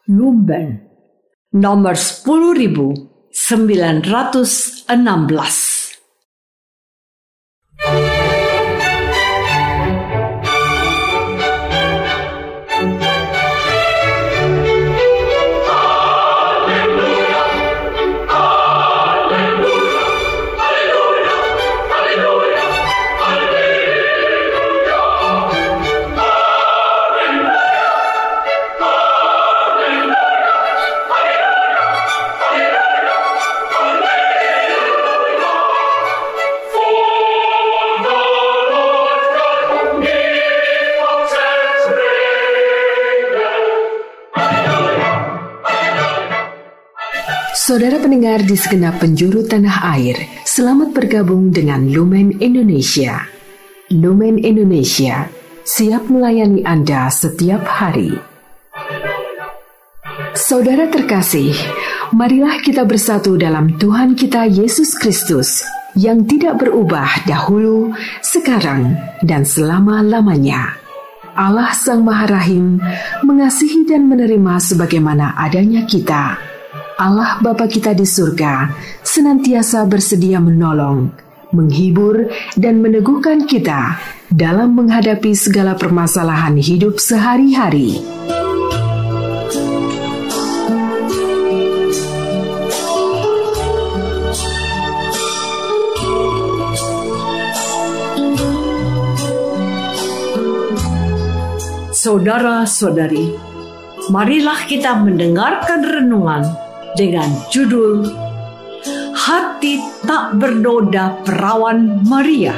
Lumban nomor 10.916. Saudara pendengar di segenap penjuru tanah air, selamat bergabung dengan Lumen Indonesia. Lumen Indonesia siap melayani Anda setiap hari. Saudara terkasih, marilah kita bersatu dalam Tuhan kita Yesus Kristus yang tidak berubah dahulu, sekarang, dan selama-lamanya. Allah Sang Maha Rahim mengasihi dan menerima sebagaimana adanya kita. Allah Bapa kita di surga senantiasa bersedia menolong, menghibur, dan meneguhkan kita dalam menghadapi segala permasalahan hidup sehari-hari. Saudara-saudari, marilah kita mendengarkan renungan dengan judul Hati Tak Bernoda Perawan Maria.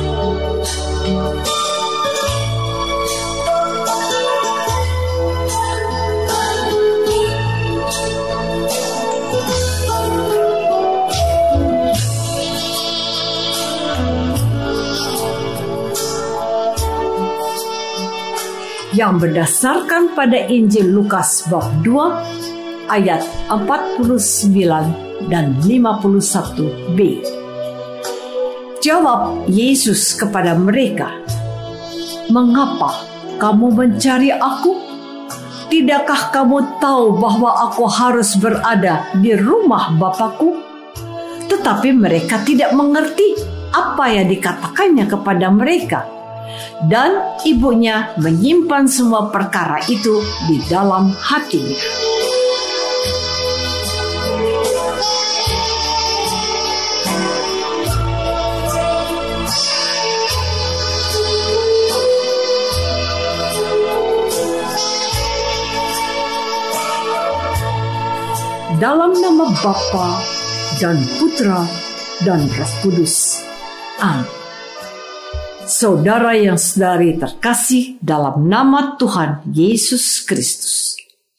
Yang berdasarkan pada Injil Lukas bab 2 ayat 49 dan 51b. Jawab Yesus kepada mereka, "Mengapa kamu mencari aku? Tidakkah kamu tahu bahwa aku harus berada di rumah Bapa-Ku?" Tetapi mereka tidak mengerti apa yang dikatakannya kepada mereka. Dan ibunya menyimpan semua perkara itu di dalam hatinya. Dalam nama Bapa dan Putra dan Roh Kudus. Amin. Saudara yang saudari terkasih dalam nama Tuhan Yesus Kristus.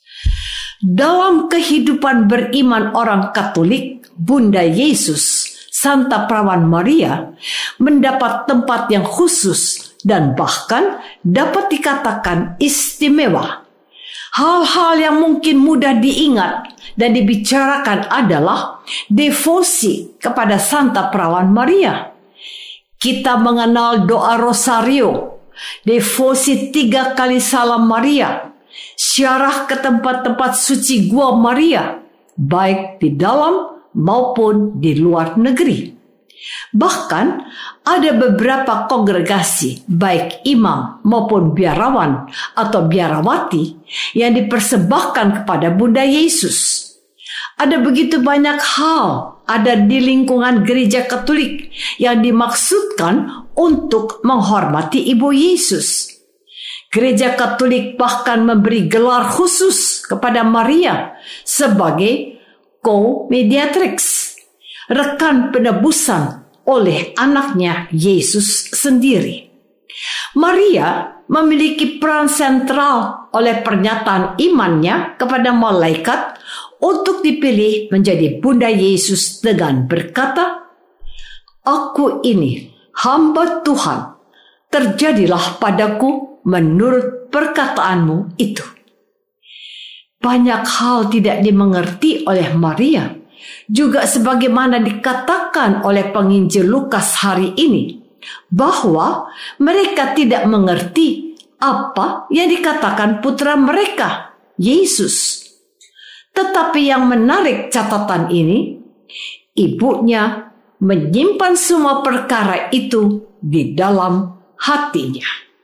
Dalam kehidupan beriman orang Katolik, Bunda Yesus, Santa Perawan Maria, mendapat tempat yang khusus dan bahkan dapat dikatakan istimewa. Hal-hal yang mungkin mudah diingat dan dibicarakan adalah devosi kepada Santa Perawan Maria. Kita mengenal doa Rosario, devosi 3 kali salam Maria, ziarah ke tempat-tempat suci Gua Maria, baik di dalam maupun di luar negeri. Bahkan ada beberapa kongregasi, baik imam maupun biarawan atau biarawati, yang dipersembahkan kepada Bunda Yesus. Ada begitu banyak hal ada di lingkungan gereja Katolik yang dimaksudkan untuk menghormati Ibu Yesus. Gereja Katolik bahkan memberi gelar khusus kepada Maria sebagai co-mediatrix, rekan penebusan oleh anaknya Yesus sendiri. Maria memiliki peran sentral oleh pernyataan imannya kepada malaikat untuk dipilih menjadi Bunda Yesus dengan berkata, "Aku ini hamba Tuhan, terjadilah padaku menurut perkataanmu itu." Banyak hal tidak dimengerti oleh Maria, juga sebagaimana dikatakan oleh penginjil Lukas hari ini, bahwa mereka tidak mengerti apa yang dikatakan putra mereka, Yesus. Tetapi yang menarik catatan ini, ibunya menyimpan semua perkara itu di dalam hatinya.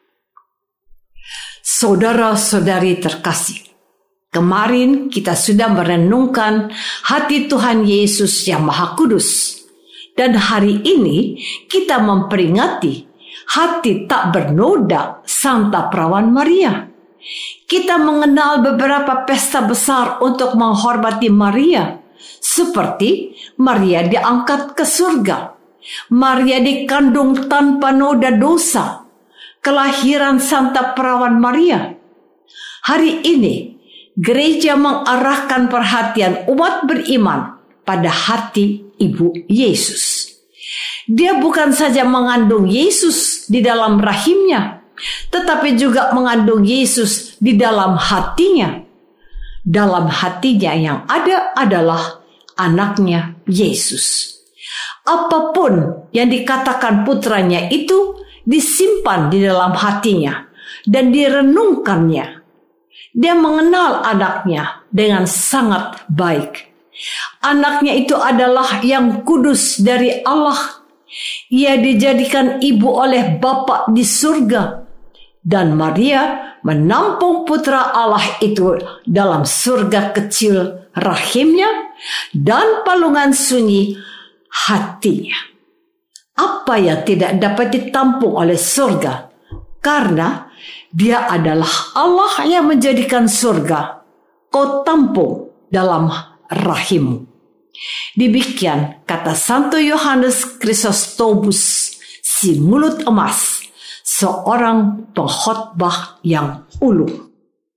Saudara-saudari terkasih, kemarin kita sudah merenungkan hati Tuhan Yesus yang Maha Kudus. Dan hari ini kita memperingati hati tak bernoda Santa Perawan Maria. Kita mengenal beberapa pesta besar untuk menghormati Maria, seperti Maria diangkat ke surga, Maria dikandung tanpa noda dosa, kelahiran Santa Perawan Maria. Hari ini, gereja mengarahkan perhatian umat beriman pada hati Ibu Yesus. Dia bukan saja mengandung Yesus di dalam rahimnya, tetapi juga mengandung Yesus di dalam hatinya. Dalam hatinya yang ada adalah anaknya Yesus. Apapun yang dikatakan putranya itu disimpan di dalam hatinya dan direnungkannya. Dia mengenal anaknya dengan sangat baik. Anaknya itu adalah yang kudus dari Allah. Ia dijadikan ibu oleh Bapa di surga. Dan Maria menampung putra Allah itu dalam surga kecil rahimnya dan palungan sunyi hatinya. Apa yang tidak dapat ditampung oleh surga? Karena Dia adalah Allah yang menjadikan surga kau tampung dalam rahimmu. Demikian kata Santo Yohanes Chrysostomos, si mulut emas, seorang pengkhotbah yang ulung.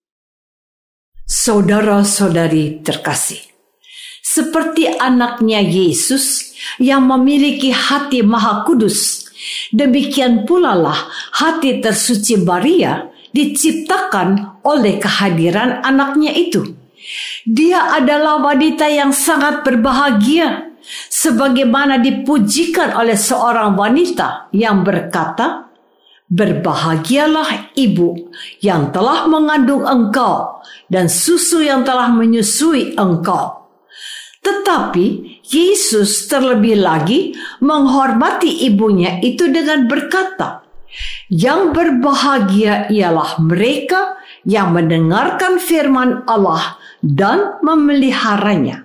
Saudara-saudari terkasih, seperti anaknya Yesus yang memiliki hati Maha Kudus, demikian pula lah hati tersuci Maria diciptakan oleh kehadiran anaknya itu. Dia adalah wanita yang sangat berbahagia, sebagaimana dipujikan oleh seorang wanita yang berkata, "Berbahagialah ibu yang telah mengandung engkau dan susu yang telah menyusui engkau." Tetapi Yesus terlebih lagi menghormati ibunya itu dengan berkata, "Yang berbahagia ialah mereka yang mendengarkan firman Allah dan memeliharanya."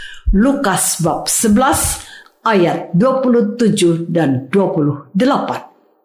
Lukas bab 11 ayat 27 dan 28.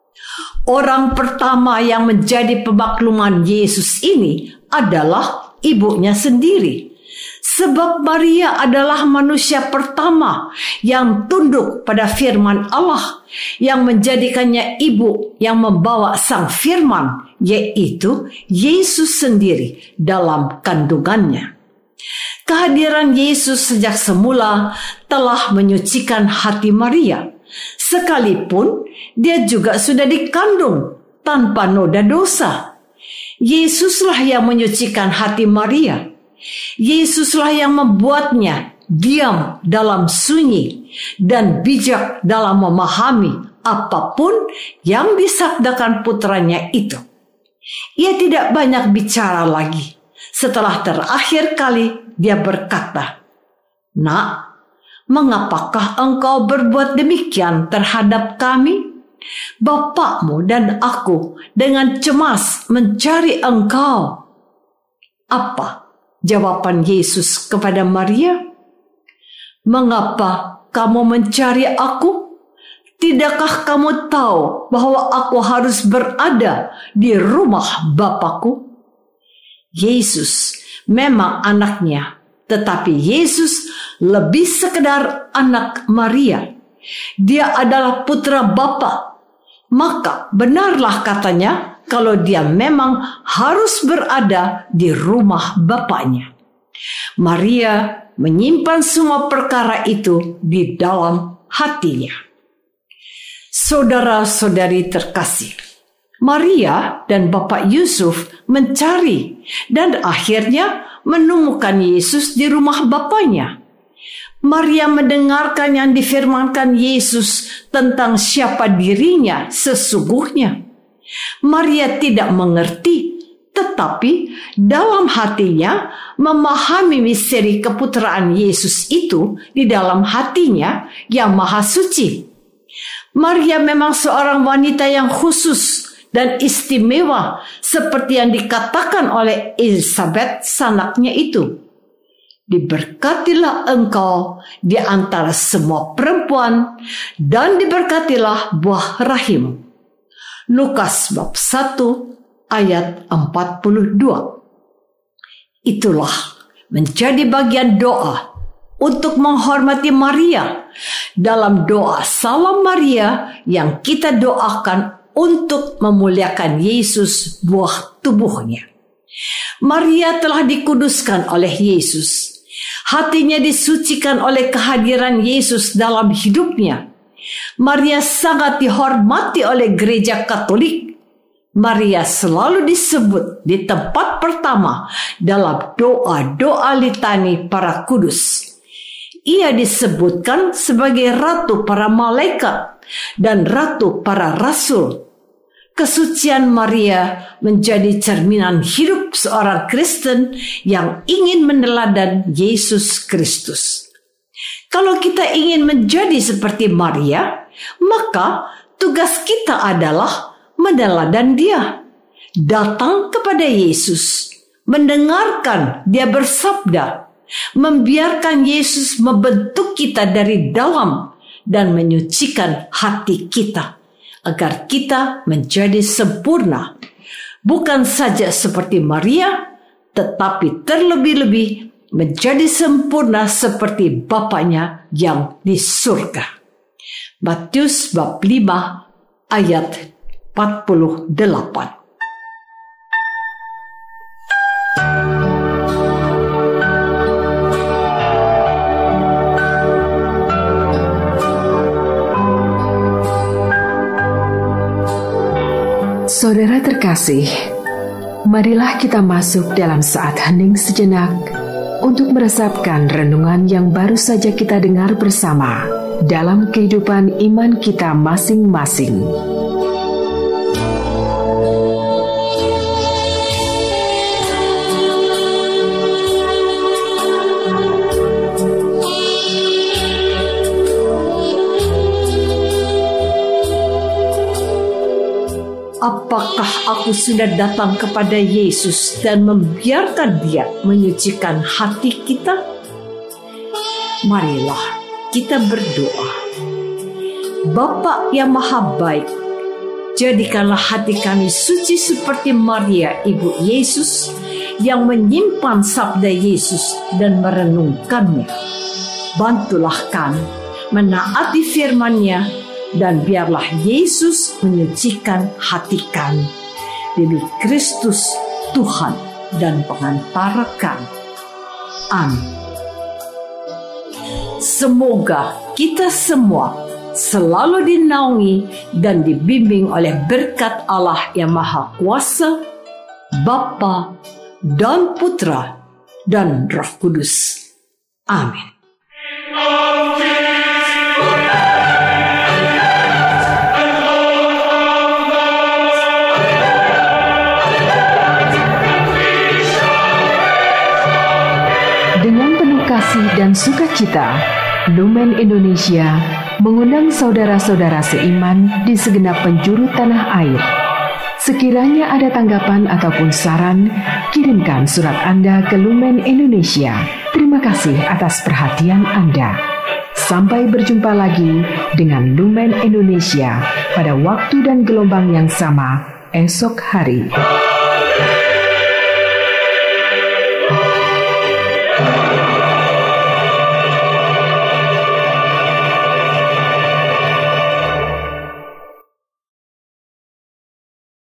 Orang pertama yang menjadi pemakluman Yesus ini adalah ibunya sendiri. Sebab Maria adalah manusia pertama yang tunduk pada firman Allah, yang menjadikannya ibu yang membawa sang firman, yaitu Yesus sendiri dalam kandungannya. Kehadiran Yesus sejak semula telah menyucikan hati Maria, sekalipun dia juga sudah dikandung tanpa noda dosa. Yesuslah yang menyucikan hati Maria. Yesuslah yang membuatnya diam dalam sunyi dan bijak dalam memahami apapun yang disabdakan putranya itu. Ia tidak banyak bicara lagi. Setelah terakhir kali dia berkata, "Nak, mengapakah engkau berbuat demikian terhadap kami? Bapakmu dan aku dengan cemas mencari engkau." Apa jawaban Yesus kepada Maria? "Mengapa kamu mencari aku? Tidakkah kamu tahu bahwa aku harus berada di rumah Bapakku?" Yesus memang anaknya, tetapi Yesus lebih sekedar anak Maria. Dia adalah putra Bapa. Maka benarlah katanya kalau dia memang harus berada di rumah Bapaknya. Maria menyimpan semua perkara itu di dalam hatinya. Saudara-saudari terkasih, Maria dan Bapak Yusuf mencari dan akhirnya menemukan Yesus di rumah Bapaknya. Maria mendengarkan yang difirmankan Yesus tentang siapa dirinya sesungguhnya. Maria tidak mengerti tetapi dalam hatinya memahami misteri keputraan Yesus itu di dalam hatinya yang maha suci. Maria memang seorang wanita yang khusus dan istimewa seperti yang dikatakan oleh Elizabeth sanaknya itu. Diberkatilah engkau di antara semua perempuan dan diberkatilah buah rahim. Lukas bab 1 ayat 42. Itulah menjadi bagian doa untuk menghormati Maria dalam doa Salam Maria yang kita doakan untuk memuliakan Yesus buah tubuhnya. Maria telah dikuduskan oleh Yesus. Hatinya disucikan oleh kehadiran Yesus dalam hidupnya. Maria sangat dihormati oleh Gereja Katolik. Maria selalu disebut di tempat pertama dalam doa-doa litani para kudus. Ia disebutkan sebagai Ratu para malaikat dan Ratu para rasul. Kesucian Maria menjadi cerminan hidup seorang Kristen yang ingin meneladan Yesus Kristus. Kalau kita ingin menjadi seperti Maria, maka tugas kita adalah meneladan Dia. Datang kepada Yesus, mendengarkan Dia bersabda, membiarkan Yesus membentuk kita dari dalam dan menyucikan hati kita agar kita menjadi sempurna, bukan saja seperti Maria, tetapi terlebih-lebih menjadi sempurna seperti Bapaknya yang di surga. Matius bab 5 ayat 48. Saudara terkasih, marilah kita masuk dalam saat hening sejenak untuk meresapkan renungan yang baru saja kita dengar bersama dalam kehidupan iman kita masing-masing. Apakah aku sudah datang kepada Yesus dan membiarkan Dia menyucikan hati kita? Marilah kita berdoa. Bapa yang maha baik, jadikanlah hati kami suci seperti Maria, Ibu Yesus, yang menyimpan sabda Yesus dan merenungkannya. Bantulah kami menaati firman-Nya, dan biarlah Yesus menyucikan hati kami demi Kristus Tuhan dan pengantara kami. Amin. Semoga kita semua selalu dinaungi dan dibimbing oleh berkat Allah yang Maha Kuasa, Bapa dan Putra dan Roh Kudus. Amin. Kasih dan sukacita, Lumen Indonesia mengundang saudara-saudara seiman di segenap penjuru tanah air. Sekiranya ada tanggapan ataupun saran, kirimkan surat Anda ke Lumen Indonesia. Terima kasih atas perhatian Anda. Sampai berjumpa lagi dengan Lumen Indonesia pada waktu dan gelombang yang sama esok hari.